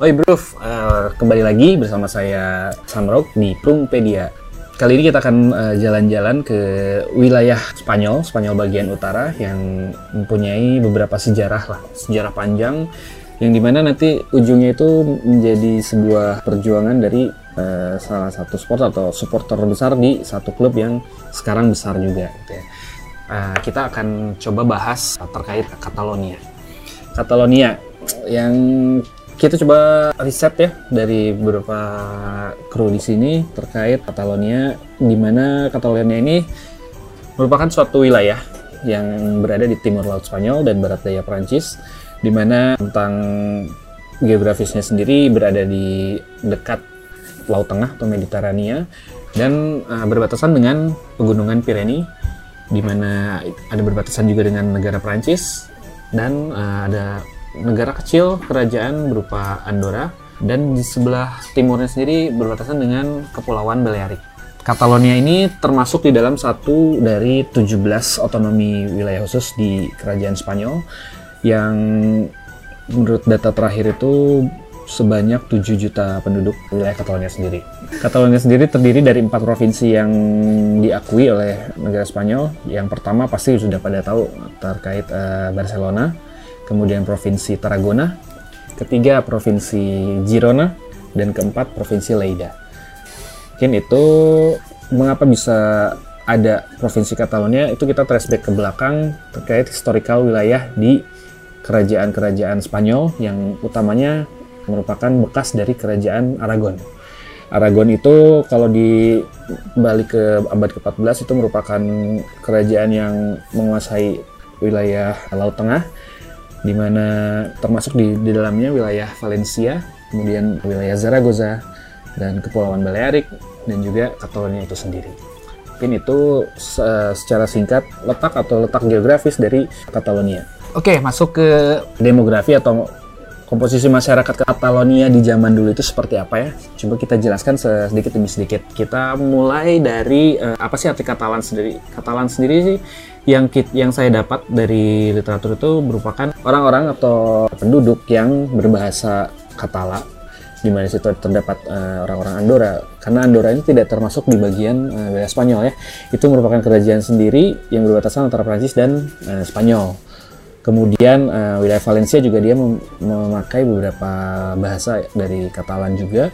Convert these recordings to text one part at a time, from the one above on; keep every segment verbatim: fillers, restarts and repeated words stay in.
Oi bro, uh, kembali lagi bersama saya Samrok di Prungpedia. Kali ini kita akan uh, jalan-jalan ke wilayah Spanyol, Spanyol bagian utara yang mempunyai beberapa sejarah lah, sejarah panjang yang dimana nanti ujungnya itu menjadi sebuah perjuangan dari uh, salah satu supporter atau supporter besar di satu klub yang sekarang besar juga. Gitu ya. Uh, kita akan coba bahas terkait Catalonia. Catalonia yang kita coba riset ya dari beberapa kru di sini terkait Catalonia, di mana Catalonia ini merupakan suatu wilayah yang berada di timur laut Spanyol dan barat daya Prancis, di mana tentang geografisnya sendiri berada di dekat Laut Tengah atau Mediterania dan uh, berbatasan dengan pegunungan Pyrenees, di mana ada berbatasan juga dengan negara Prancis dan uh, ada negara kecil kerajaan berupa Andorra, dan di sebelah timurnya sendiri berbatasan dengan Kepulauan Balearic. Catalonia ini termasuk di dalam satu dari tujuh belas otonomi wilayah khusus di kerajaan Spanyol yang menurut data terakhir itu sebanyak tujuh juta penduduk wilayah Catalonia sendiri. Catalonia sendiri terdiri dari empat provinsi yang diakui oleh negara Spanyol. Yang pertama pasti sudah pada tahu terkait uh, Barcelona, kemudian Provinsi Tarragona, ketiga Provinsi Girona, dan keempat Provinsi Lleida. Mungkin itu mengapa bisa ada Provinsi Catalonia, itu kita trace back ke belakang terkait historical wilayah di kerajaan-kerajaan Spanyol yang utamanya merupakan bekas dari kerajaan Aragon. Aragon itu kalau di balik ke abad ke empat belas itu merupakan kerajaan yang menguasai wilayah Laut Tengah, di mana termasuk di, di dalamnya wilayah Valencia, kemudian wilayah Zaragoza, dan Kepulauan Balearic, dan juga Catalonia itu sendiri. Mungkin itu se- secara singkat letak atau letak geografis dari Catalonia. Oke, masuk ke demografi atau komposisi masyarakat Catalonia di zaman dulu itu seperti apa ya? Coba kita jelaskan sedikit demi sedikit. Kita mulai dari uh, apa sih arti Katalan sendiri? Katalan sendiri sih yang yang saya dapat dari literatur itu merupakan orang-orang atau penduduk yang berbahasa Katala, di mana situ terdapat uh, orang-orang Andorra. Karena Andorra ini tidak termasuk di bagian uh, wilayah Spanyol ya. Itu merupakan kerajaan sendiri yang berbatasan antara Prancis dan uh, Spanyol. Kemudian uh, wilayah Valencia juga dia mem- memakai beberapa bahasa dari Katalan juga.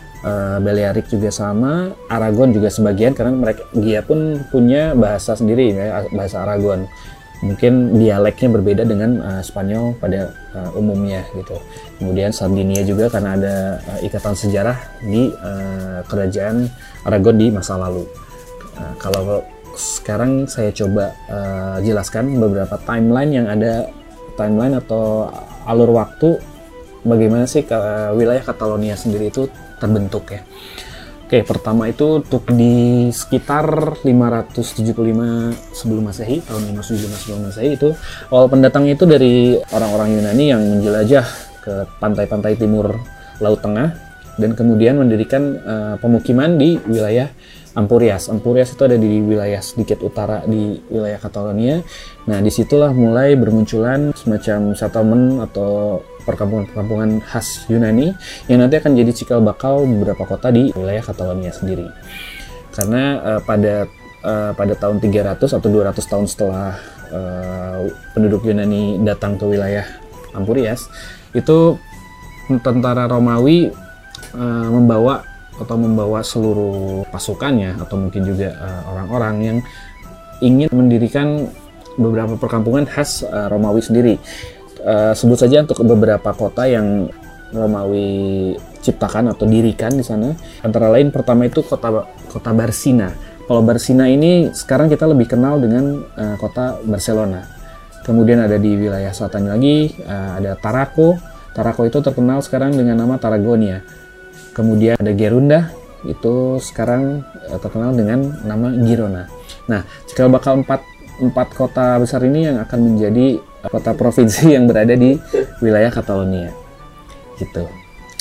Uh, Balearic juga sama, Aragon juga sebagian karena mereka dia pun punya bahasa sendiri ya, bahasa Aragon. Mungkin dialeknya berbeda dengan uh, Spanyol pada uh, umumnya gitu. Kemudian Sardinia juga karena ada uh, ikatan sejarah di uh, kerajaan Aragon di masa lalu. Uh, kalau sekarang saya coba uh, jelaskan beberapa timeline yang ada, timeline atau alur waktu bagaimana sih uh, wilayah Catalonia sendiri itu terbentuk ya. Oke, pertama itu untuk di sekitar lima ratus tujuh puluh lima sebelum Masehi, tahun lima ratus tujuh puluh lima sebelum Masehi itu awal pendatangnya itu dari orang-orang Yunani yang menjelajah ke pantai-pantai timur Laut Tengah dan kemudian mendirikan uh, pemukiman di wilayah Ampurias. Ampurias itu ada di wilayah sedikit utara di wilayah Catalonia. Nah, disitulah mulai bermunculan semacam settlement atau perkampungan-perkampungan khas Yunani yang nanti akan jadi cikal bakal beberapa kota di wilayah Catalonia sendiri. Karena uh, pada uh, pada tahun tiga ratus atau dua ratus tahun setelah uh, penduduk Yunani datang ke wilayah Ampurias, itu tentara Romawi uh, membawa atau membawa seluruh pasukannya atau mungkin juga uh, orang-orang yang ingin mendirikan beberapa perkampungan khas uh, Romawi sendiri. Uh, sebut saja untuk beberapa kota yang Romawi ciptakan atau dirikan di sana. Antara lain pertama itu kota kota Barcina. Kalau Barcina ini sekarang kita lebih kenal dengan uh, kota Barcelona. Kemudian ada di wilayah selatan lagi uh, ada Taraco. Taraco itu terkenal sekarang dengan nama Tarragona. Kemudian ada Gerunda, itu sekarang uh, terkenal dengan nama Girona. Nah, cikal bakal empat, empat kota besar ini yang akan menjadi uh, kota provinsi yang berada di wilayah Catalonia. Gitu.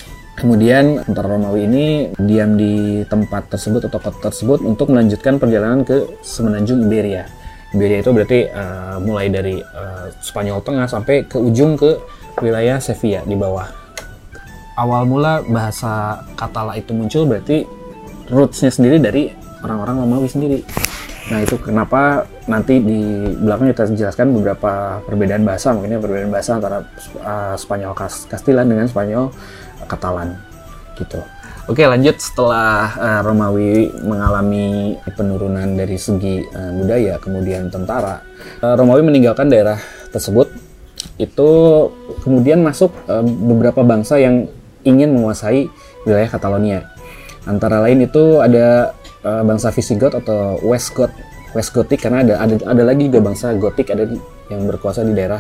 Kemudian tentara Romawi ini diam di tempat tersebut atau kota tersebut untuk melanjutkan perjalanan ke semenanjung Iberia. Iberia itu berarti uh, mulai dari uh, Spanyol Tengah sampai ke ujung ke wilayah Sevilla di bawah. awal mula bahasa Katala itu muncul berarti roots-nya sendiri dari orang-orang Romawi sendiri. Nah itu kenapa nanti di belakang kita jelaskan beberapa perbedaan bahasa, mungkin perbedaan bahasa antara uh, Spanyol Castilla dengan Spanyol Katalan gitu. Oke, lanjut. Setelah uh, Romawi mengalami penurunan dari segi uh, budaya, kemudian tentara, uh, Romawi meninggalkan daerah tersebut. Itu kemudian masuk uh, beberapa bangsa yang ingin menguasai wilayah Catalonia. Antara lain itu ada uh, bangsa Visigoth atau Westgoth, Westgothic, karena ada ada ada lagi juga bangsa Gotik ada di, yang berkuasa di daerah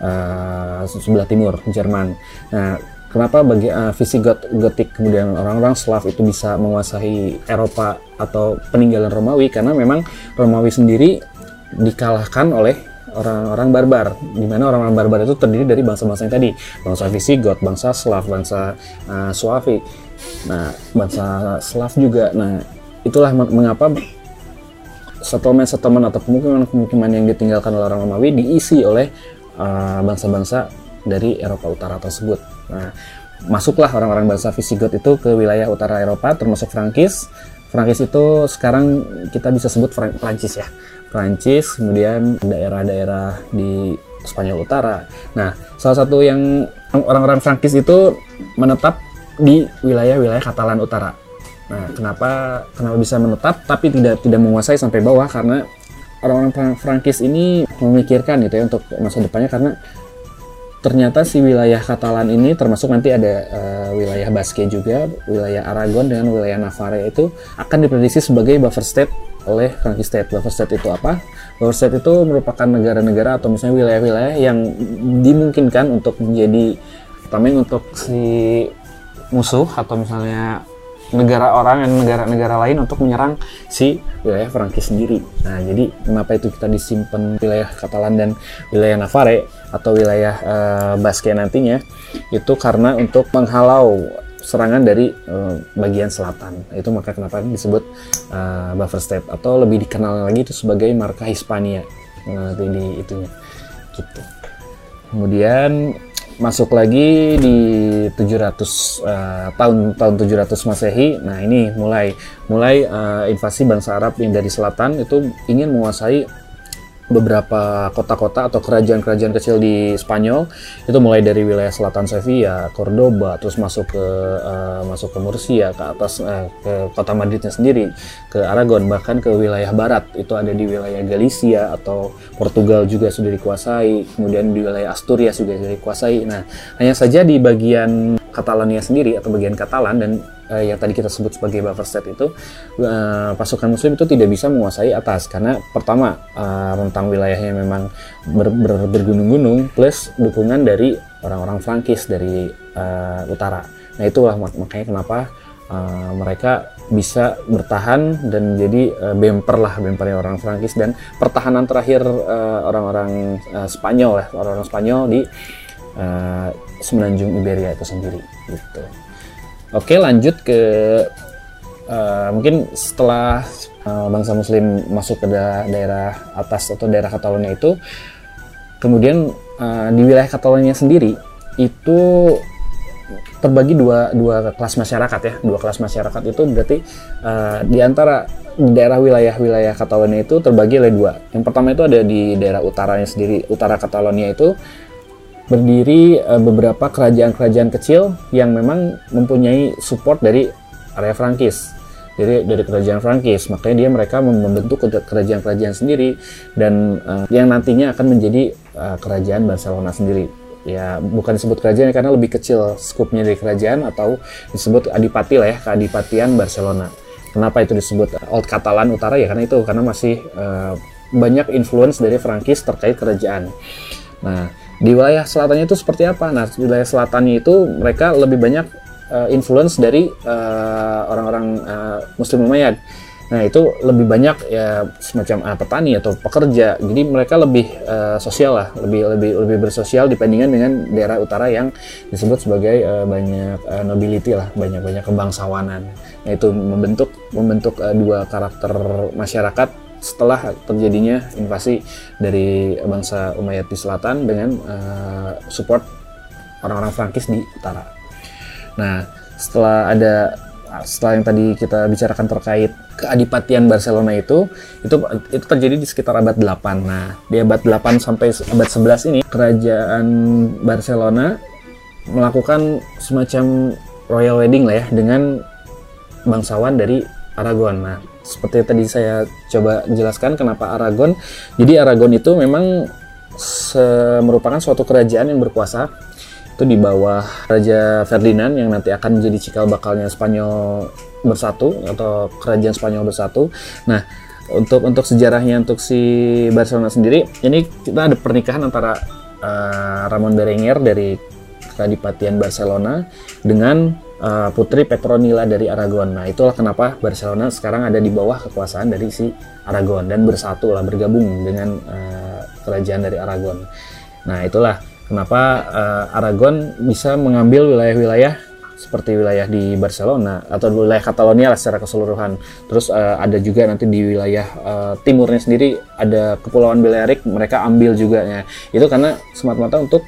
uh, sebelah timur Jerman. Nah, kenapa bagi uh, Visigoth, Gotik, kemudian orang-orang Slav itu bisa menguasai Eropa atau peninggalan Romawi? Karena memang Romawi sendiri dikalahkan oleh orang-orang barbar, di mana orang-orang barbar itu terdiri dari bangsa-bangsa yang tadi, bangsa Visigoth, bangsa Slav, bangsa uh, Suavi, nah bangsa Slav juga. Nah itulah mengapa settlement-settlement atau pemukiman-pemukiman yang ditinggalkan oleh orang Romawi diisi oleh uh, bangsa-bangsa dari Eropa Utara tersebut. Nah, masuklah orang-orang bangsa Visigoth itu ke wilayah utara Eropa, termasuk Frankis. Frankis itu sekarang kita bisa sebut Prancis ya. Prancis, kemudian daerah-daerah di Spanyol Utara. Nah, salah satu yang orang-orang Frankis itu menetap di wilayah-wilayah Katalan Utara. Nah, kenapa kenapa bisa menetap tapi tidak tidak menguasai sampai bawah? Karena orang-orang Frankis ini memikirkan gitu ya untuk masa depannya, karena ternyata si wilayah Katalan ini termasuk nanti ada uh, wilayah Basque juga, wilayah Aragon dengan wilayah Navarre itu akan diprediksi sebagai buffer state oleh Frankish state. Buffer state itu apa? Buffer state itu merupakan negara-negara atau misalnya wilayah-wilayah yang dimungkinkan untuk menjadi tameng untuk si musuh atau misalnya negara orang dan negara-negara lain untuk menyerang si wilayah Frankis sendiri. Nah, jadi kenapa itu kita disimpan wilayah Katalan dan wilayah Navarre atau wilayah uh, Basque nantinya, itu karena untuk menghalau serangan dari uh, bagian selatan. Itu maka kenapa disebut uh, buffer state atau lebih dikenal lagi itu sebagai Marca Hispania. Nah, itu di itunya gitu. Kemudian masuk lagi di tujuh ratus uh, tahun tahun tujuh ratus Masehi. Nah, ini mulai mulai uh, invasi bangsa Arab yang dari selatan itu ingin menguasai beberapa kota-kota atau kerajaan-kerajaan kecil di Spanyol. Itu mulai dari wilayah selatan Sevilla, Cordoba, terus masuk ke uh, masuk ke Murcia, ke atas uh, ke kota Madridnya sendiri, ke Aragon, bahkan ke wilayah barat itu ada di wilayah Galicia atau Portugal juga sudah dikuasai, kemudian di wilayah Asturias juga sudah dikuasai. Nah, hanya saja di bagian Catalonia sendiri atau bagian Katalan dan uh, yang tadi kita sebut sebagai buffer state itu, uh, pasukan Muslim itu tidak bisa menguasai atas karena pertama uh, rentang wilayahnya memang ber, ber, bergunung-gunung plus dukungan dari orang-orang Frankis dari uh, utara. Nah, itulah mak makanya kenapa uh, mereka bisa bertahan dan jadi uh, bemper lah bempernya orang Frankis, dan pertahanan terakhir orang-orang uh, uh, Spanyol ya orang-orang Spanyol di uh, semenanjung Iberia itu sendiri gitu. Oke, lanjut ke uh, mungkin setelah uh, bangsa Muslim masuk ke da daerah atas atau daerah Catalonia itu, kemudian uh, di wilayah Catalonia sendiri itu terbagi dua dua kelas masyarakat ya. Dua kelas masyarakat itu berarti uh, di antara daerah wilayah-wilayah Catalonia itu terbagi oleh dua. Yang pertama itu ada di daerah utaranya sendiri, utara Catalonia itu berdiri uh, beberapa kerajaan-kerajaan kecil yang memang mempunyai support dari area Frankis. Jadi dari kerajaan Frankis, makanya dia mereka membentuk kerajaan-kerajaan sendiri dan uh, yang nantinya akan menjadi uh, kerajaan Barcelona sendiri. Ya, bukan disebut kerajaan karena lebih kecil skupnya dari kerajaan, atau disebut adipati lah ya, keadipatian Barcelona. Kenapa itu disebut Old Catalan Utara ya? Karena itu karena masih uh, banyak influence dari Frankis terkait kerajaan. Nah, di wilayah selatannya itu seperti apa? Nah, di wilayah selatannya itu mereka lebih banyak uh, influence dari orang-orang uh, uh, Muslim Umayyad. Nah, itu lebih banyak ya semacam uh, petani atau pekerja. Jadi mereka lebih uh, sosial lah, lebih lebih lebih bersosial dibandingkan dengan daerah utara yang disebut sebagai uh, banyak uh, nobility lah, banyak-banyak kebangsawanan. Nah, itu membentuk membentuk uh, dua karakter masyarakat setelah terjadinya invasi dari bangsa Umayyad di selatan dengan uh, support orang-orang Frankis di utara. Nah, setelah ada setelah yang tadi kita bicarakan terkait keadipatian Barcelona itu, itu itu terjadi di sekitar abad delapan. Nah, di abad delapan sampai abad sebelas ini kerajaan Barcelona melakukan semacam royal wedding lah ya dengan bangsawan dari Aragon. Nah, seperti tadi saya coba jelaskan kenapa Aragon. Jadi Aragon itu memang merupakan suatu kerajaan yang berkuasa itu di bawah Raja Ferdinand yang nanti akan menjadi cikal bakalnya Spanyol bersatu atau kerajaan Spanyol bersatu. Nah, untuk untuk sejarahnya untuk si Barcelona sendiri, ini kita ada pernikahan antara uh, Ramon Berenguer dari Keadipatian Barcelona dengan uh, putri Petronila dari Aragon. Nah, itulah kenapa Barcelona sekarang ada di bawah kekuasaan dari si Aragon dan bersatu lah, bergabung dengan uh, kerajaan dari Aragon. Nah, itulah kenapa uh, Aragon bisa mengambil wilayah-wilayah seperti wilayah di Barcelona atau wilayah Catalonia lah secara keseluruhan. Terus uh, ada juga nanti di wilayah uh, timurnya sendiri ada Kepulauan Balearic, mereka ambil juga ya. Itu karena semata-mata untuk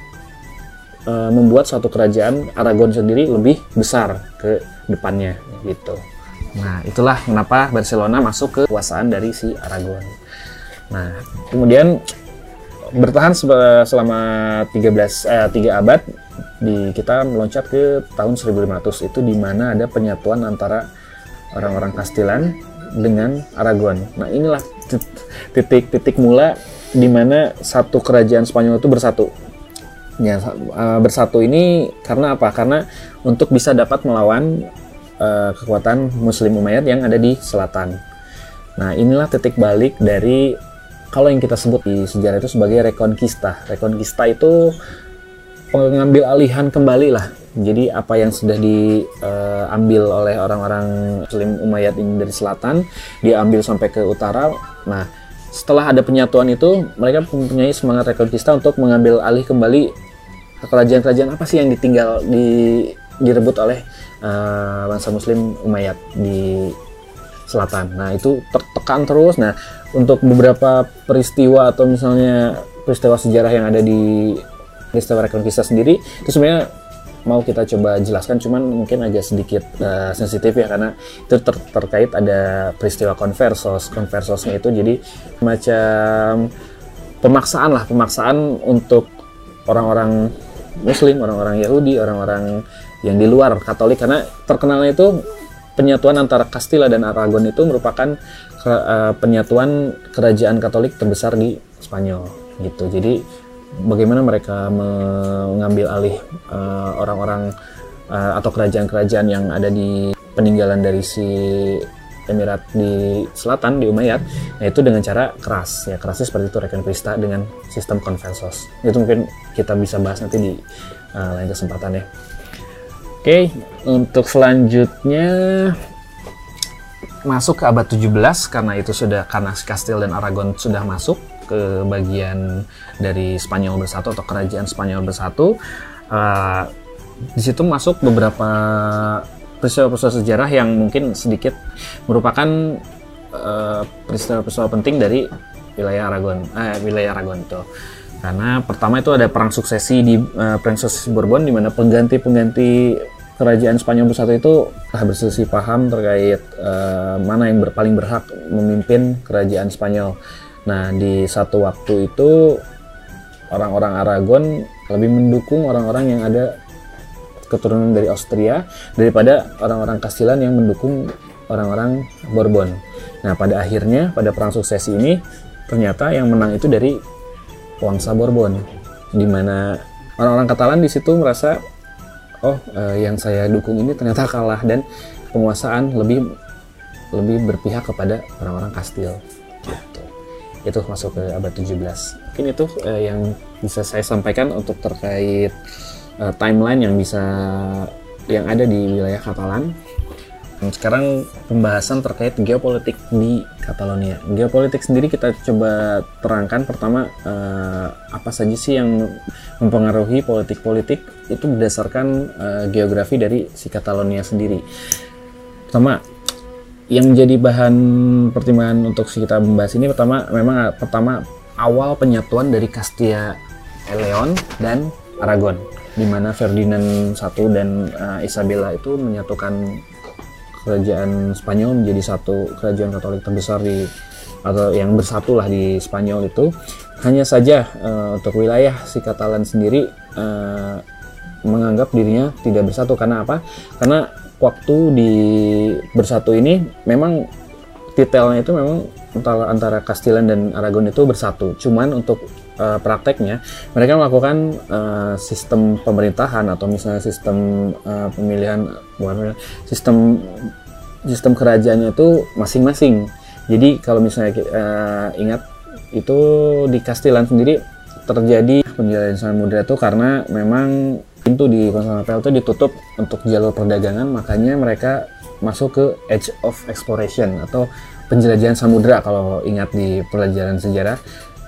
uh, membuat suatu kerajaan Aragon sendiri lebih besar ke depannya gitu. Nah, itulah kenapa Barcelona masuk ke kekuasaan dari si Aragon. Nah, kemudian bertahan selama tiga belas eh, tiga abad, di kita meloncat ke tahun seribu lima ratus itu di mana ada penyatuan antara orang-orang Kastilan dengan Aragon. Nah, inilah titik-titik mula di mana satu kerajaan Spanyol itu bersatu. Ya, bersatu ini karena apa? Karena untuk bisa dapat melawan uh, kekuatan Muslim Umayyad yang ada di selatan. Nah, inilah titik balik dari kalau yang kita sebut di sejarah itu sebagai Reconquista. Reconquista itu pengambil alihan kembali lah. Jadi apa yang sudah diambil uh, oleh orang-orang Muslim Umayyad ini dari selatan, dia ambil sampai ke utara. Nah, setelah ada penyatuan itu, mereka mempunyai semangat Reconquista untuk mengambil alih kembali kerajaan-kerajaan apa sih yang ditinggal di direbut oleh uh, bangsa Muslim Umayyad di selatan. Nah, itu tertekan terus. Nah, untuk beberapa peristiwa atau misalnya peristiwa sejarah yang ada di peristiwa Reconquista sendiri, itu sebenarnya mau kita coba jelaskan, cuman mungkin agak sedikit uh, sensitif ya, karena itu ter terkait ada peristiwa konversos. Konversosnya itu jadi macam pemaksaan lah, pemaksaan untuk orang-orang Muslim, orang-orang Yahudi, orang-orang yang di luar Katolik, karena terkenalnya itu penyatuan antara Castilla dan Aragon itu merupakan ke, uh, penyatuan kerajaan Katolik terbesar di Spanyol gitu. Jadi bagaimana mereka mengambil alih uh, orang-orang uh, atau kerajaan-kerajaan yang ada di peninggalan dari si Emirat di selatan, di Umayyad, yaitu dengan cara keras. Ya, kerasnya seperti itu, Reconquista dengan sistem konversos. Itu mungkin kita bisa bahas nanti di uh, lain kesempatan ya. Oke, untuk selanjutnya masuk ke abad tujuh belas, karena itu sudah karena Castile dan Aragon sudah masuk ke bagian dari Spanyol bersatu atau kerajaan Spanyol bersatu. Uh, di situ masuk beberapa peristiwa-peristiwa sejarah yang mungkin sedikit merupakan peristiwa-peristiwa uh, penting dari wilayah Aragon, eh, wilayah Aragon itu. Karena pertama itu ada perang suksesi di uh, perang suksesi Bourbon, di mana pengganti-pengganti kerajaan Spanyol bersatu itu telah berselisih paham terkait uh, mana yang ber, paling berhak memimpin kerajaan Spanyol. Nah, di satu waktu itu orang-orang Aragon lebih mendukung orang-orang yang ada keturunan dari Austria daripada orang-orang Kastilan yang mendukung orang-orang Bourbon. Nah, pada akhirnya pada perang suksesi ini ternyata yang menang itu dari Wangsa Bourbon, di mana orang-orang Katalan di situ merasa, oh eh, yang saya dukung ini ternyata kalah, dan penguasaan lebih lebih berpihak kepada orang-orang Kastil. Gitu. Itu masuk ke abad tujuh belas. Mungkin itu eh, yang bisa saya sampaikan untuk terkait eh, timeline yang bisa yang ada di wilayah Katalan. Dan sekarang pembahasan terkait geopolitik di Catalonia. Geopolitik sendiri kita coba terangkan. Pertama, eh, apa saja sih yang mempengaruhi politik-politik itu berdasarkan eh, geografi dari si Catalonia sendiri. Pertama, yang menjadi bahan pertimbangan untuk kita membahas ini pertama memang pertama awal penyatuan dari Castilla, Leon dan Aragon. di mana Ferdinand satu dan uh, Isabella itu menyatukan kerajaan Spanyol menjadi satu kerajaan Katolik terbesar di atau yang bersatu lah di Spanyol itu. Hanya saja uh, untuk wilayah si Katalan sendiri uh, menganggap dirinya tidak bersatu. Karena apa? Karena waktu di bersatu ini memang detailnya itu memang antara, antara Castilian dan Aragon itu bersatu. Cuman untuk uh, prakteknya mereka melakukan uh, sistem pemerintahan atau misalnya sistem uh, pemilihan bukan sistem sistem kerajaannya itu masing-masing. Jadi kalau misalnya uh, ingat itu di Castilian sendiri terjadi penjelajahan samudera itu karena memang pintu di Konstantinopel itu ditutup untuk jalur perdagangan, makanya mereka masuk ke Age of Exploration atau penjelajahan samudera. Kalau ingat di pelajaran sejarah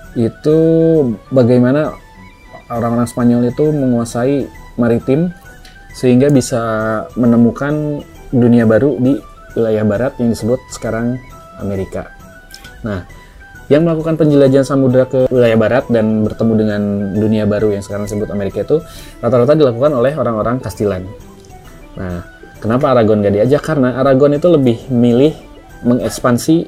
itu bagaimana orang-orang Spanyol itu menguasai maritim sehingga bisa menemukan dunia baru di wilayah barat yang disebut sekarang Amerika. Nah, yang melakukan penjelajahan samudera ke wilayah barat dan bertemu dengan dunia baru yang sekarang disebut Amerika itu rata-rata dilakukan oleh orang-orang Castilian. Nah, kenapa Aragon gak diajak? Karena Aragon itu lebih milih mengekspansi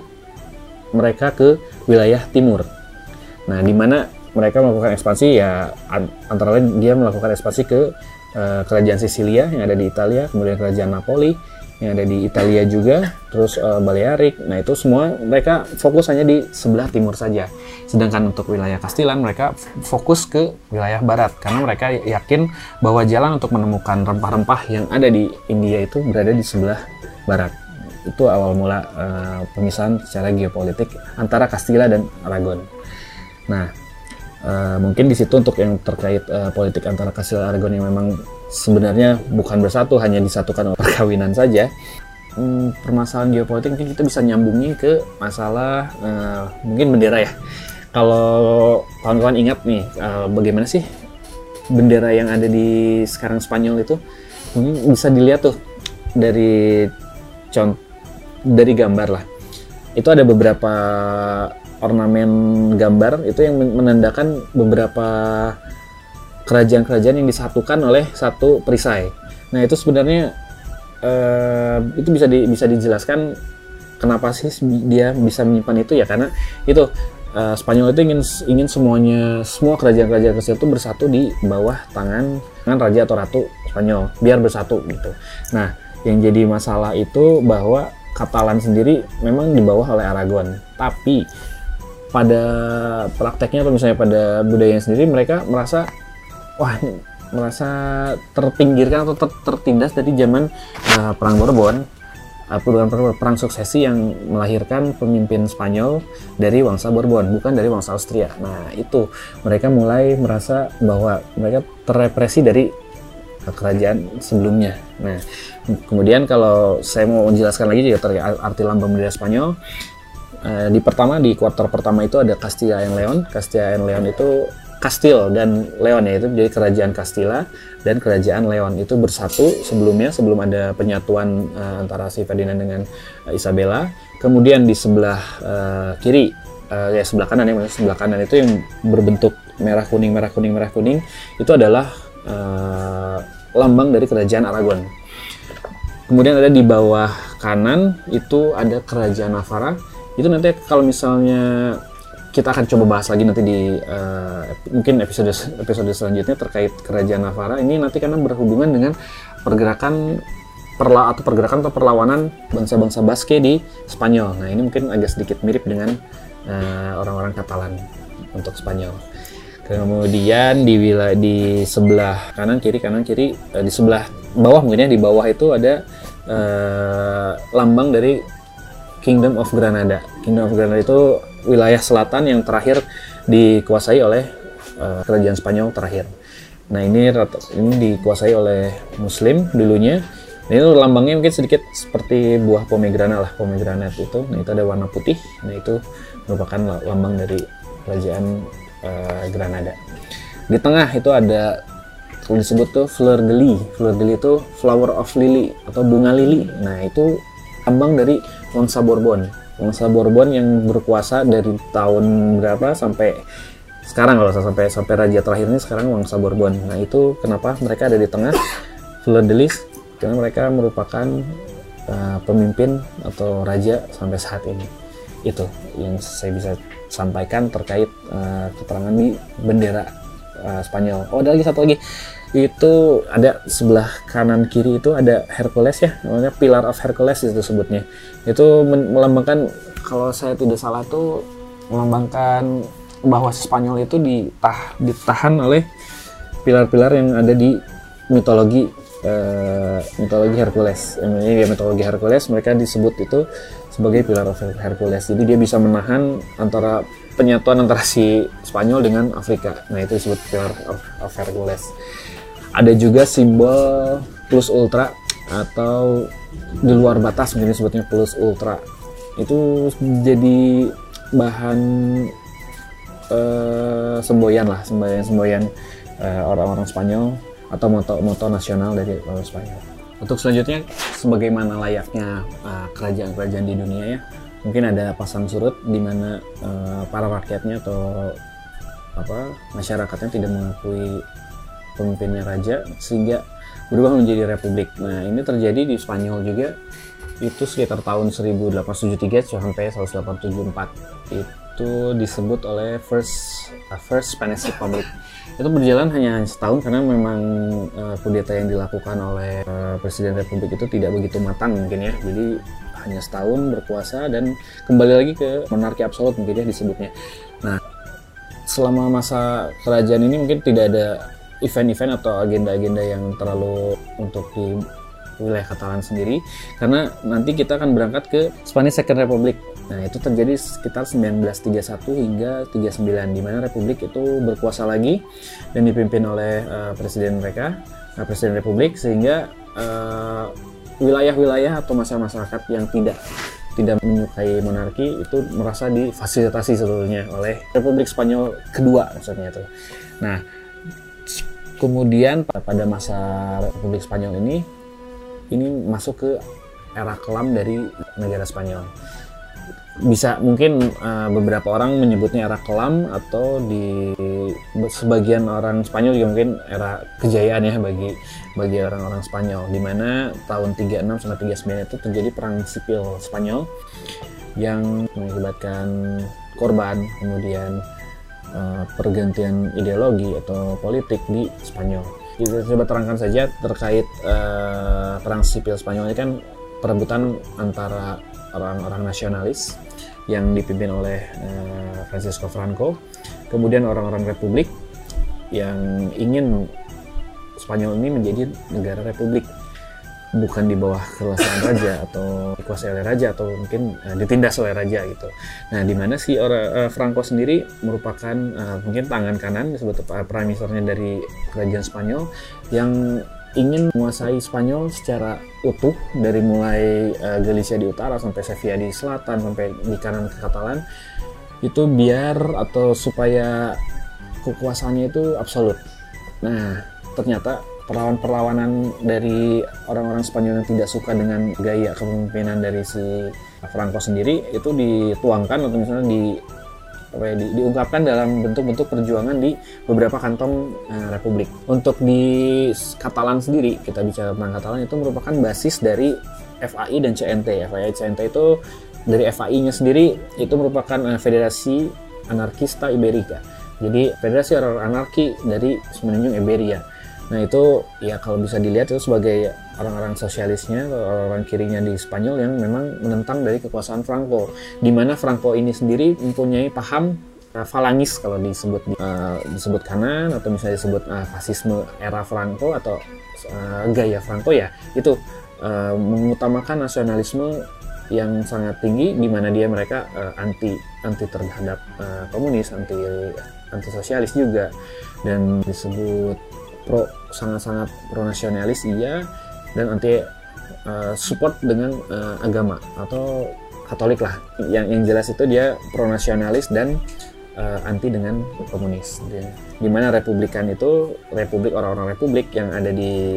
mereka ke wilayah timur. Nah, di mana mereka melakukan ekspansi ya antara lain dia melakukan ekspansi ke uh, kerajaan Sisilia yang ada di Italia, kemudian kerajaan Napoli yang ada di Italia juga, terus uh, Balearik. Nah, itu semua mereka fokus hanya di sebelah timur saja. Sedangkan untuk wilayah Castilian mereka fokus ke wilayah barat karena mereka yakin bahwa jalan untuk menemukan rempah-rempah yang ada di India itu berada di sebelah barat. Itu awal mula uh, pemisahan secara geopolitik antara Castilla dan Aragon. Nah, uh, mungkin di situ untuk yang terkait uh, politik antara Castilla dan Aragon yang memang sebenarnya bukan bersatu, hanya disatukan oleh perkawinan saja. Hmm, permasalahan geopolitik mungkin kita bisa nyambungin ke masalah uh, mungkin bendera ya. Kalau kawan-kawan ingat nih, uh, bagaimana sih bendera yang ada di sekarang Spanyol itu, mungkin bisa dilihat tuh dari contoh dari gambar lah. Itu ada beberapa ornamen gambar itu yang menandakan beberapa kerajaan-kerajaan yang disatukan oleh satu perisai. Nah, itu sebenarnya uh, itu bisa di, bisa dijelaskan kenapa sih dia bisa menyimpan itu ya, karena itu uh, Spanyol itu ingin ingin semuanya semua kerajaan-kerajaan kecil itu bersatu di bawah tangan tangan raja atau ratu Spanyol biar bersatu gitu. Nah, yang jadi masalah itu bahwa Katalan sendiri memang di bawah oleh Aragon, tapi pada prakteknya atau misalnya pada budayanya sendiri mereka merasa wah merasa terpinggirkan atau ter tertindas dari zaman uh, perang Bourbon, uh, perang, perang suksesi yang melahirkan pemimpin Spanyol dari bangsa Bourbon, bukan dari bangsa Austria. Nah, itu mereka mulai merasa bahwa mereka terrepresi dari kerajaan sebelumnya. Nah, kemudian kalau saya mau menjelaskan lagi juga terkait arti lambang bendera Spanyol, uh, di pertama di kuarter pertama itu ada Castilla and Leon. Castilla and Leon itu Kastil dan Leon, ya, itu jadi kerajaan Castilla dan kerajaan Leon itu bersatu sebelumnya sebelum ada penyatuan uh, antara si Ferdinand dengan uh, Isabella. Kemudian di sebelah uh, kiri uh, ya sebelah kanan ya sebelah kanan itu yang berbentuk merah kuning merah kuning merah kuning itu adalah uh, lambang dari kerajaan Aragon. Kemudian ada di bawah kanan itu ada kerajaan Navarra. Itu nanti kalau misalnya kita akan coba bahas lagi nanti di uh, mungkin episode episode selanjutnya terkait kerajaan Navarra ini, nanti karena berhubungan dengan pergerakan perla atau pergerakan atau perlawanan bangsa-bangsa Basque di Spanyol. Nah, ini mungkin agak sedikit mirip dengan uh, orang-orang Katalan untuk Spanyol. Kemudian di wilayah di sebelah kanan kiri kanan kiri uh, di sebelah bawah mungkin ya di bawah itu ada uh, lambang dari Kingdom of Granada. Kingdom of Granada itu wilayah selatan yang terakhir dikuasai oleh uh, kerajaan Spanyol terakhir. Nah, ini ini dikuasai oleh Muslim dulunya. Nah, ini lambangnya mungkin sedikit seperti buah pomegranate lah, pomegranate itu. Nah, itu ada warna putih. Nah, itu merupakan lambang dari kerajaan uh, Granada. Di tengah itu ada disebut tuh fleur de lis. Fleur de lis itu flower of lily atau bunga lili. Nah, itu lambang dari bangsa Bourbon. Bangsa Bourbon yang berkuasa dari tahun berapa sampai sekarang kalau sampai sampai raja terakhir ini sekarang Wangsa Bourbon. Nah itu kenapa mereka ada di tengah Fleur de Lis, karena mereka merupakan uh, pemimpin atau raja sampai saat ini. Itu yang saya bisa sampaikan terkait uh, keterangan di bendera uh, Spanyol. Oh ada lagi satu lagi, itu ada sebelah kanan kiri itu ada Hercules ya, namanya Pillar of Hercules itu sebutnya. Itu melambangkan, kalau saya tidak salah tuh melambangkan bahwa Spanyol itu ditah, ditahan oleh pilar-pilar yang ada di mitologi uh, mitologi Hercules. Ini ya mitologi Hercules, mereka disebut itu sebagai Pillar of Hercules. Jadi dia bisa menahan antara penyatuan antara si Spanyol dengan Afrika. Nah itu disebut Pillar of, of Hercules. Ada juga simbol plus ultra atau di luar batas, mungkin disebutnya plus ultra. Itu jadi bahan uh, semboyan lah, semboyan-semboyan uh, orang-orang Spanyol atau moto-moto nasional dari orang Spanyol. Untuk selanjutnya, sebagaimana layaknya uh, kerajaan-kerajaan di dunia ya, mungkin ada pasang surut di mana uh, para rakyatnya atau apa masyarakatnya tidak mengakui pemimpinnya raja sehingga berubah menjadi republik. Nah ini terjadi di Spanyol juga, itu sekitar tahun seribu delapan ratus tujuh puluh tiga sampai seribu delapan ratus tujuh puluh empat. Itu disebut oleh First uh, First Spanish Republic. Itu berjalan hanya setahun karena memang uh, kudeta yang dilakukan oleh uh, Presiden Republik itu tidak begitu matang mungkin ya. Jadi hanya setahun berkuasa dan kembali lagi ke monarki absolut mungkin ya disebutnya. Nah selama masa kerajaan ini mungkin tidak ada event-event atau agenda-agenda yang terlalu untuk di wilayah Katalan sendiri, karena nanti kita akan berangkat ke Spanish Second Republic. Nah itu terjadi sekitar seribu sembilan ratus tiga puluh satu hingga tiga puluh sembilan, di mana Republik itu berkuasa lagi dan dipimpin oleh uh, presiden mereka, uh, presiden Republik, sehingga uh, wilayah-wilayah atau masyarakat yang tidak tidak menyukai monarki itu merasa difasilitasi seluruhnya oleh Republik Spanyol kedua maksudnya itu. Nah kemudian pada masa Republik Spanyol ini ini masuk ke era kelam dari negara Spanyol. Bisa mungkin uh, beberapa orang menyebutnya era kelam, atau di sebagian orang Spanyol juga mungkin era kejayaan ya bagi bagi orang-orang Spanyol, di mana tahun tiga puluh enam sampai tiga puluh sembilan itu terjadi perang sipil Spanyol yang mengakibatkan korban, kemudian uh, pergantian ideologi atau politik di Spanyol. Kita coba terangkan saja terkait uh, perang sipil Spanyol ini kan perebutan antara orang-orang nasionalis yang dipimpin oleh uh, Francisco Franco, kemudian orang-orang republik yang ingin Spanyol ini menjadi negara republik, bukan di bawah kekuasaan raja atau dikuasai oleh raja atau mungkin uh, ditindas oleh raja gitu. Nah, di mana si orang uh, Franco sendiri merupakan uh, mungkin tangan kanan disebut uh, prime ministernya dari kerajaan Spanyol yang ingin menguasai Spanyol secara utuh dari mulai uh, Galicia di utara sampai Sevilla di selatan sampai di kanan ke Katalan, itu biar atau supaya kekuasaannya itu absolut. Nah, ternyata perlawan-perlawanan dari orang-orang Spanyol yang tidak suka dengan gaya kepemimpinan dari si Franco sendiri itu dituangkan atau misalnya di apa ya, di, diungkapkan dalam bentuk-bentuk perjuangan di beberapa kantong uh, republik. Untuk di Katalan sendiri, kita bicara tentang Katalan, itu merupakan basis dari F A I dan C N T. F A I dan C N T itu dari F A I-nya sendiri itu merupakan uh, Federasi Anarkista Iberica. Jadi federasi orang anarki dari semenanjung Iberia. Nah itu ya kalau bisa dilihat itu sebagai orang-orang sosialisnya, orang-orang kirinya di Spanyol yang memang menentang dari kekuasaan Franco. Di mana Franco ini sendiri mempunyai paham uh, falangis kalau disebut uh, disebut kanan atau misalnya disebut uh, fasisme era Franco atau uh, gaya Franco ya, itu uh, mengutamakan nasionalisme yang sangat tinggi, di mana dia mereka uh, anti anti terhadap uh, komunis, anti anti sosialis juga, dan disebut pro sangat-sangat pro nasionalis iya, dan anti uh, support dengan uh, agama atau Katolik lah. Yang yang jelas itu dia pro nasionalis dan uh, anti dengan komunis. Dimana Republikan itu republik orang-orang republik yang ada di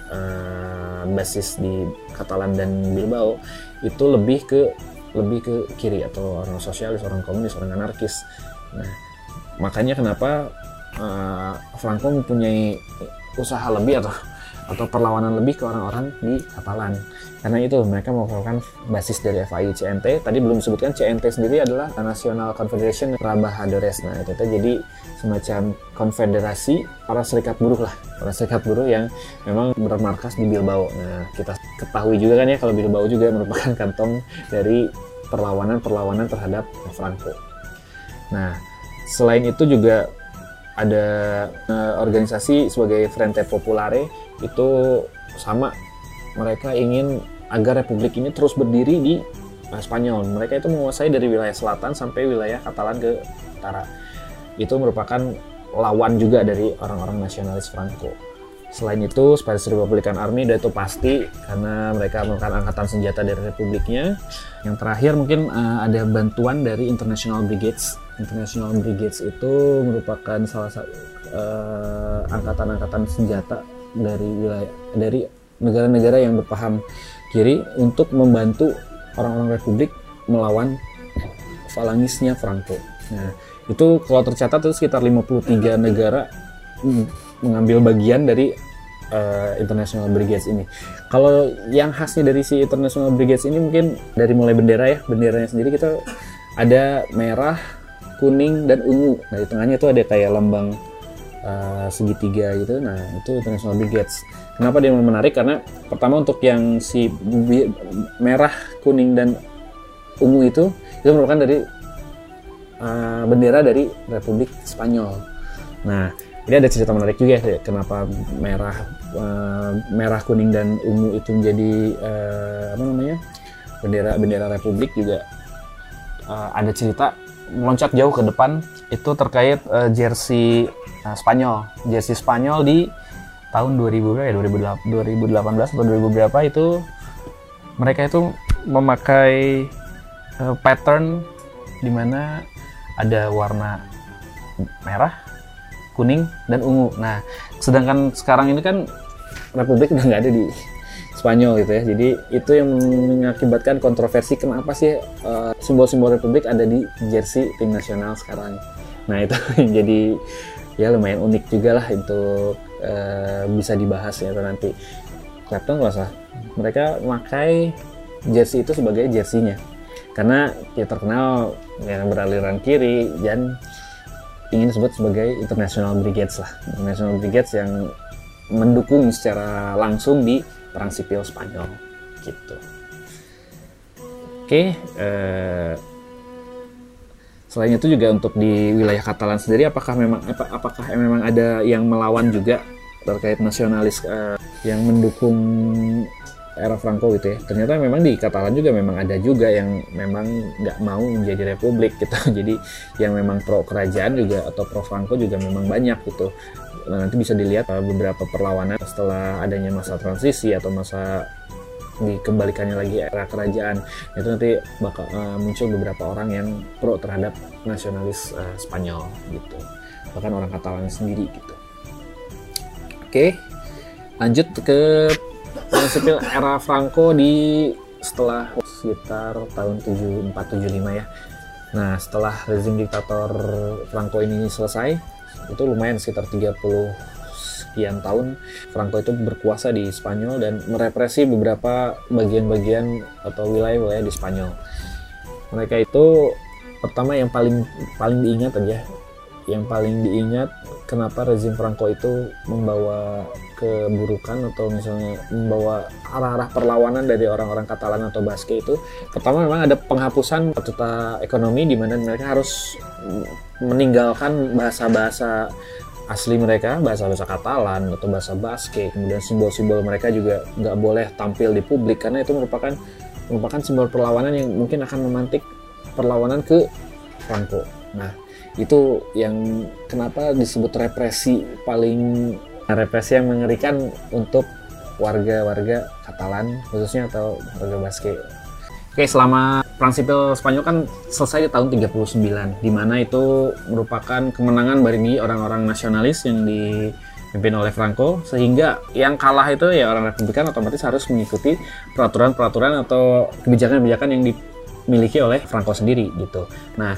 uh, basis di Katalan dan Bilbao itu lebih ke lebih ke kiri atau orang sosialis, orang komunis, orang anarkis. Nah, Makanya kenapa uh, Franco mempunyai usaha lebih atau atau perlawanan lebih ke orang-orang di Katalan. Karena itu mereka merupakan basis dari F A I C N T. Tadi belum disebutkan C N T sendiri adalah National Confederation Trabajadores. Nah, itu jadi semacam konfederasi para serikat buruh lah. Para serikat buruh yang memang bermarkas di Bilbao. Nah, kita ketahui juga kan ya kalau Bilbao juga merupakan kantong dari perlawanan-perlawanan terhadap Franco. Nah, selain itu juga ada uh, organisasi sebagai Frente Populare, itu sama, mereka ingin agar republik ini terus berdiri di uh, Spanyol. Mereka itu menguasai dari wilayah selatan sampai wilayah Katalan ke utara. Itu merupakan lawan juga dari orang-orang nasionalis Franco. Selain itu, Spanish Republican Army udah itu pasti karena mereka merupakan angkatan senjata dari republiknya. Yang terakhir mungkin uh, ada bantuan dari International Brigades. International Brigades itu merupakan salah satu uh, angkatan-angkatan senjata dari wilayah dari negara-negara yang berpaham kiri untuk membantu orang-orang republik melawan falangisnya Franco. Nah, itu kalau tercatat itu sekitar lima puluh tiga negara mengambil bagian dari uh, International Brigades ini. Kalau yang khasnya dari si International Brigades ini mungkin dari mulai bendera ya, benderanya sendiri kita ada merah, kuning, dan ungu. Nah, di tengahnya itu ada kayak lambang uh, segitiga gitu. Nah, itu International Brigades. Kenapa dia menarik? Karena pertama untuk yang si merah, kuning, dan ungu itu itu merupakan dari uh, bendera dari Republik Spanyol. Nah, ini ada cerita menarik juga ya, kenapa merah, uh, merah, kuning, dan ungu itu menjadi uh, apa namanya bendera bendera Republik juga. Uh, ada cerita meloncat jauh ke depan itu terkait uh, jersey uh, Spanyol, jersey Spanyol di tahun dua ribu berapa ya, dua ribu delapan belas atau dua ribu berapa itu mereka itu memakai uh, pattern di mana ada warna merah, kuning, dan ungu. Nah, sedangkan sekarang ini kan Republik udah nggak ada di Spanyol gitu ya. Jadi itu yang mengakibatkan kontroversi kenapa sih uh, simbol-simbol Republik ada di jersey tim nasional sekarang. Nah, itu jadi ya lumayan unik juga lah untuk uh, bisa dibahas ya nanti. Clapton nggak usah. Mereka memakai jersey itu sebagai jersinya karena dia terkenal yang beraliran kiri dan ingin disebut sebagai International Brigades lah. International Brigades yang mendukung secara langsung di Perang Sipil Spanyol gitu. Oke, eh, selain itu juga untuk di wilayah Katalan sendiri, apakah memang apa, apakah memang ada yang melawan juga terkait nasionalis eh, yang mendukung era Franco gitu ya? Ternyata memang di Katalan juga memang ada juga yang memang nggak mau menjadi republik gitu. Jadi yang memang pro kerajaan juga atau pro Franco juga memang banyak gitu. Nah, nanti bisa dilihat beberapa perlawanan setelah adanya masa transisi atau masa dikembalikannya lagi era kerajaan, itu nanti bakal uh, muncul beberapa orang yang pro terhadap nasionalis uh, Spanyol gitu, bahkan orang Katalan sendiri gitu. Oke, lanjut ke Perang Sipil era Franco di setelah sekitar tahun tujuh puluh empat tujuh puluh lima ya. Nah, setelah rezim diktator Franco ini selesai, itu lumayan sekitar tiga puluh sekian tahun Franco itu berkuasa di Spanyol dan merepresi beberapa bagian-bagian atau wilayah-wilayah di Spanyol. Mereka itu pertama yang paling paling diingat aja, yang paling diingat kenapa rezim Franco itu membawa keburukan atau misalnya membawa arah-arah perlawanan dari orang-orang Katalan atau Basque itu. Pertama memang ada penghapusan statuta ekonomi di mana mereka harus meninggalkan bahasa-bahasa asli mereka, bahasa-bahasa Katalan atau bahasa Basque. Kemudian simbol-simbol mereka juga nggak boleh tampil di publik karena itu merupakan merupakan simbol perlawanan yang mungkin akan memantik perlawanan ke Franco. Nah, itu yang kenapa disebut represi paling represi yang mengerikan untuk warga-warga Katalan khususnya atau warga Basque. Oke, selama Perang Sipil Spanyol kan selesai di tahun tiga puluh sembilan, di mana itu merupakan kemenangan bagi orang-orang nasionalis yang dipimpin oleh Franco, sehingga yang kalah itu ya orang Republikan otomatis harus mengikuti peraturan-peraturan atau kebijakan-kebijakan yang dimiliki oleh Franco sendiri gitu. Nah,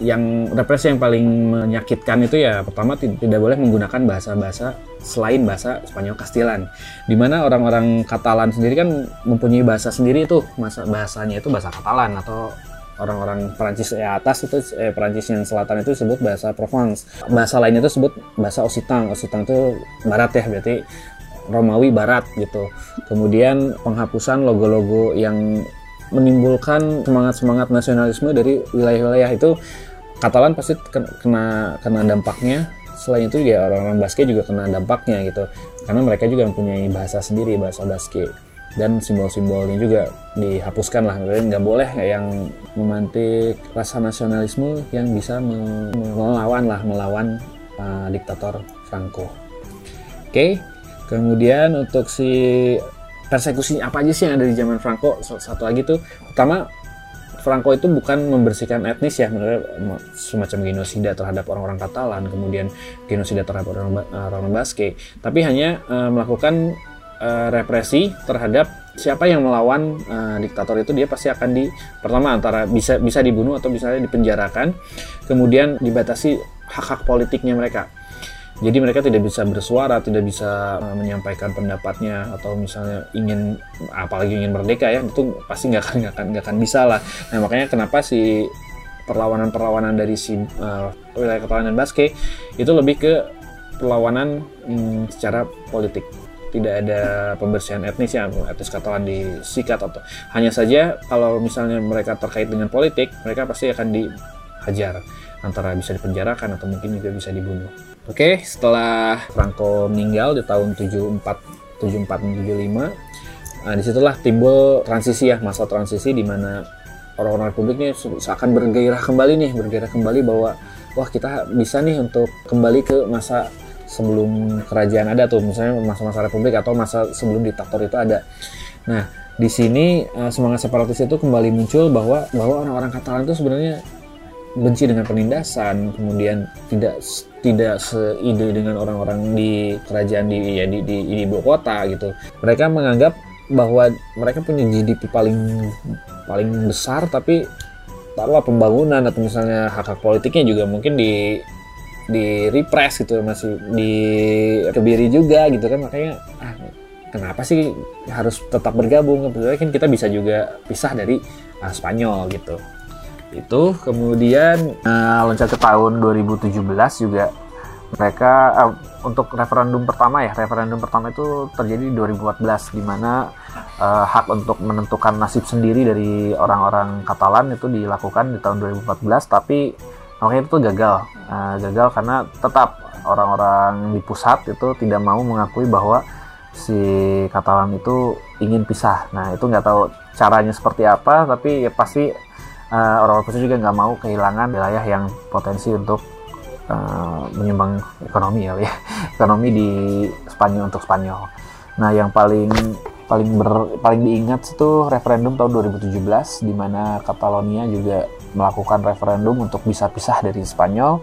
yang represi yang paling menyakitkan itu ya pertama tidak boleh menggunakan bahasa-bahasa selain bahasa Spanyol Kastilan, di mana orang-orang Katalan sendiri kan mempunyai bahasa sendiri itu, masa bahasanya itu bahasa Katalan, atau orang-orang Perancis ya atas itu eh, Perancis yang selatan itu disebut bahasa Provence, bahasa lainnya itu disebut bahasa Occitan. Occitan itu barat ya, berarti Romawi barat gitu. Kemudian penghapusan logo-logo yang menimbulkan semangat-semangat nasionalisme dari wilayah-wilayah itu, Katalan pasti kena kena dampaknya. Selain itu ya orang-orang Baske juga kena dampaknya gitu, karena mereka juga mempunyai bahasa sendiri, bahasa Baske, dan simbol-simbolnya juga dihapuskan lah. Nggak boleh yang memantik rasa nasionalisme yang bisa melawan lah melawan uh, diktator Franco. Oke, okay. Kemudian untuk si persekusi apa aja sih yang ada di zaman Franco? Satu lagi tuh, pertama, Franco itu bukan membersihkan etnis ya, semacam genosida terhadap orang-orang Katalan, kemudian genosida terhadap orang-orang Baske, tapi hanya uh, melakukan uh, represi terhadap siapa yang melawan uh, diktator itu. Dia pasti akan di pertama antara bisa bisa dibunuh atau bisa dipenjarakan, kemudian dibatasi hak-hak politiknya mereka. Jadi mereka tidak bisa bersuara, tidak bisa uh, menyampaikan pendapatnya, atau misalnya ingin, apalagi ingin merdeka ya, itu pasti nggak akan nggak akan nggak akan bisa lah. Nah makanya kenapa si perlawanan-perlawanan dari si uh, wilayah Katalan dan Baske itu lebih ke perlawanan um, secara politik. Tidak ada pembersihan etnis ya, etnis Katalan disikat, atau hanya saja kalau misalnya mereka terkait dengan politik, mereka pasti akan dihajar, antara bisa dipenjarakan atau mungkin juga bisa dibunuh. Oke, setelah Franco meninggal di tahun tujuh empat tujuh empat tujuh lima, nah disitulah timbul transisi ya, masa transisi di mana orang-orang Republik ini seakan bergairah kembali nih, bergairah kembali bahwa wah kita bisa nih untuk kembali ke masa sebelum kerajaan ada tuh, misalnya masa-masa Republik atau masa sebelum diktator itu ada. Nah, di sini semangat separatis itu kembali muncul bahwa bahwa orang-orang Katalan itu sebenarnya benci dengan penindasan, kemudian tidak tidak seide dengan orang-orang di kerajaan di ya di, di, di ibu kota gitu. Mereka menganggap bahwa mereka punya G D P paling paling besar, tapi taruhlah pembangunan atau misalnya hak-hak politiknya juga mungkin di di repress gitu, masih dikebiri juga gitu kan. Makanya ah, kenapa sih harus tetap bergabung? Sebenarnya kan kita bisa juga pisah dari ah, Spanyol gitu. Itu kemudian uh, loncat ke tahun dua ribu tujuh belas juga mereka uh, untuk referendum pertama ya, referendum pertama itu terjadi di dua ribu empat belas, di mana uh, hak untuk menentukan nasib sendiri dari orang-orang Katalan itu dilakukan di tahun dua ribu empat belas, tapi makanya itu gagal. Uh, gagal karena tetap orang-orang di pusat itu tidak mau mengakui bahwa si Katalan itu ingin pisah. Nah itu nggak tahu caranya seperti apa, tapi ya pasti uh, orang-orang pusat juga nggak mau kehilangan wilayah yang potensi untuk uh, menyumbang ekonomi ya, ya ekonomi di Spanyol untuk Spanyol. Nah yang paling paling ber, paling diingat itu referendum tahun dua ribu tujuh belas, di mana Catalonia juga melakukan referendum untuk bisa pisah dari Spanyol.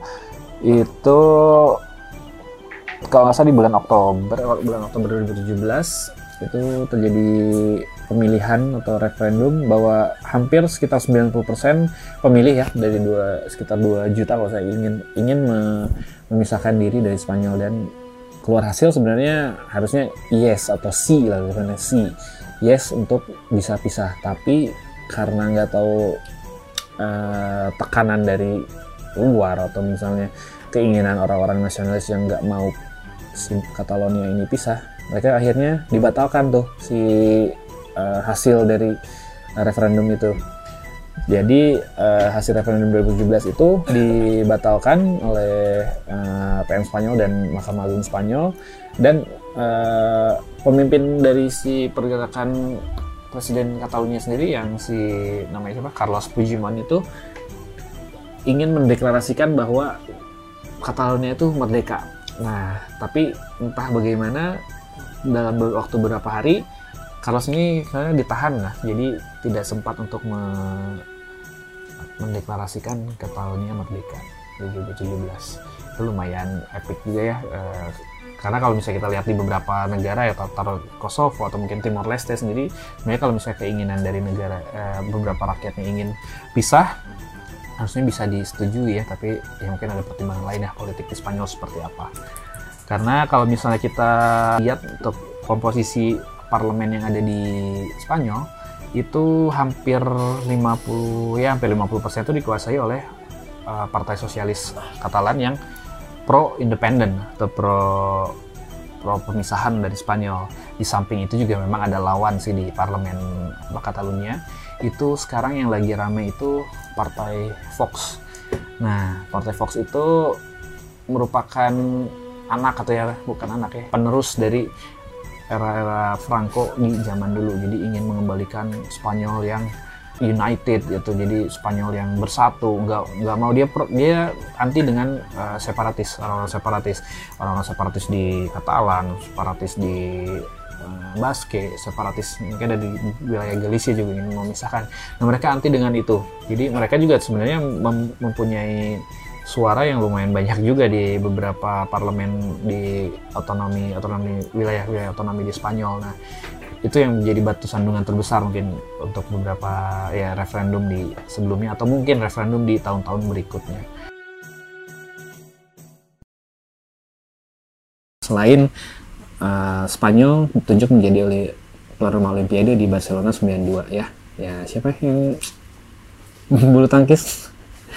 Itu kalau nggak salah di bulan Oktober bulan Oktober dua ribu tujuh belas itu terjadi pemilihan atau referendum bahwa hampir sekitar sembilan puluh persen pemilih ya dari dua sekitar dua juta kalau saya ingin ingin memisahkan diri dari Spanyol, dan keluar hasil sebenarnya harusnya yes atau si lah, bukannya si yes untuk bisa pisah, tapi karena nggak tahu uh, tekanan dari luar atau misalnya keinginan orang-orang nasionalis yang nggak mau si Catalonia ini pisah, mereka akhirnya dibatalkan tuh si uh, hasil dari uh, referendum itu. Jadi uh, hasil referendum dua ribu tujuh belas itu dibatalkan oleh uh, P M Spanyol dan Mahkamah Agung Spanyol, dan uh, pemimpin dari si pergerakan Presiden Catalunya sendiri yang si namanya siapa Carlos Puigdemont itu ingin mendeklarasikan bahwa Catalonia itu merdeka. Nah, tapi entah bagaimana dalam waktu beberapa hari Carlos ini sebenarnya ditahan lah, jadi tidak sempat untuk me- mendeklarasikan Catalonia merdeka dua ribu tujuh belas. Itu lumayan epic juga ya, eh, karena kalau misalnya kita lihat di beberapa negara ya, taruh Kosovo atau mungkin Timor Leste sendiri, sebenarnya kalau misalnya keinginan dari negara eh, beberapa rakyatnya ingin pisah, harusnya bisa disetujui ya, tapi ya mungkin ada pertimbangan lain ya politik di Spanyol seperti apa. Karena kalau misalnya kita lihat untuk komposisi parlemen yang ada di Spanyol itu hampir lima puluh ya hampir lima puluh persen itu dikuasai oleh uh, Partai Sosialis Katalan yang pro independen atau pro pro pemisahan dari Spanyol. Di samping itu juga memang ada lawan sih di parlemen Catalunya. Itu sekarang yang lagi rame itu Partai Vox. Nah, Partai Vox itu merupakan anak atau ya bukan anak ya, penerus dari era-era Franco di zaman dulu. Jadi ingin mengembalikan Spanyol yang united gitu, jadi Spanyol yang bersatu, nggak nggak mau dia dia anti dengan uh, separatis, orang-orang separatis, orang-orang separatis di Katalan, separatis di uh, Basque, separatis mungkin ada di wilayah Galicia juga ingin memisahkan. Nah, mereka anti dengan itu. Jadi mereka juga sebenarnya mem mempunyai suara yang lumayan banyak juga di beberapa parlemen di otonomi otonomi wilayah wilayah otonomi di Spanyol. Nah, itu yang menjadi batu sandungan terbesar mungkin untuk beberapa ya referendum di sebelumnya atau mungkin referendum di tahun-tahun berikutnya. Selain uh, Spanyol ditunjuk menjadi oleh tuan rumah Olimpiade di Barcelona sembilan dua ya. Ya siapa yang bulu tangkis?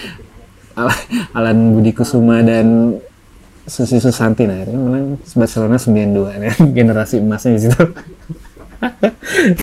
Alan Budi Kusuma dan Susi Susanti, nah akhirnya menang Barcelona sembilan dua ya. Generasi emasnya di situ.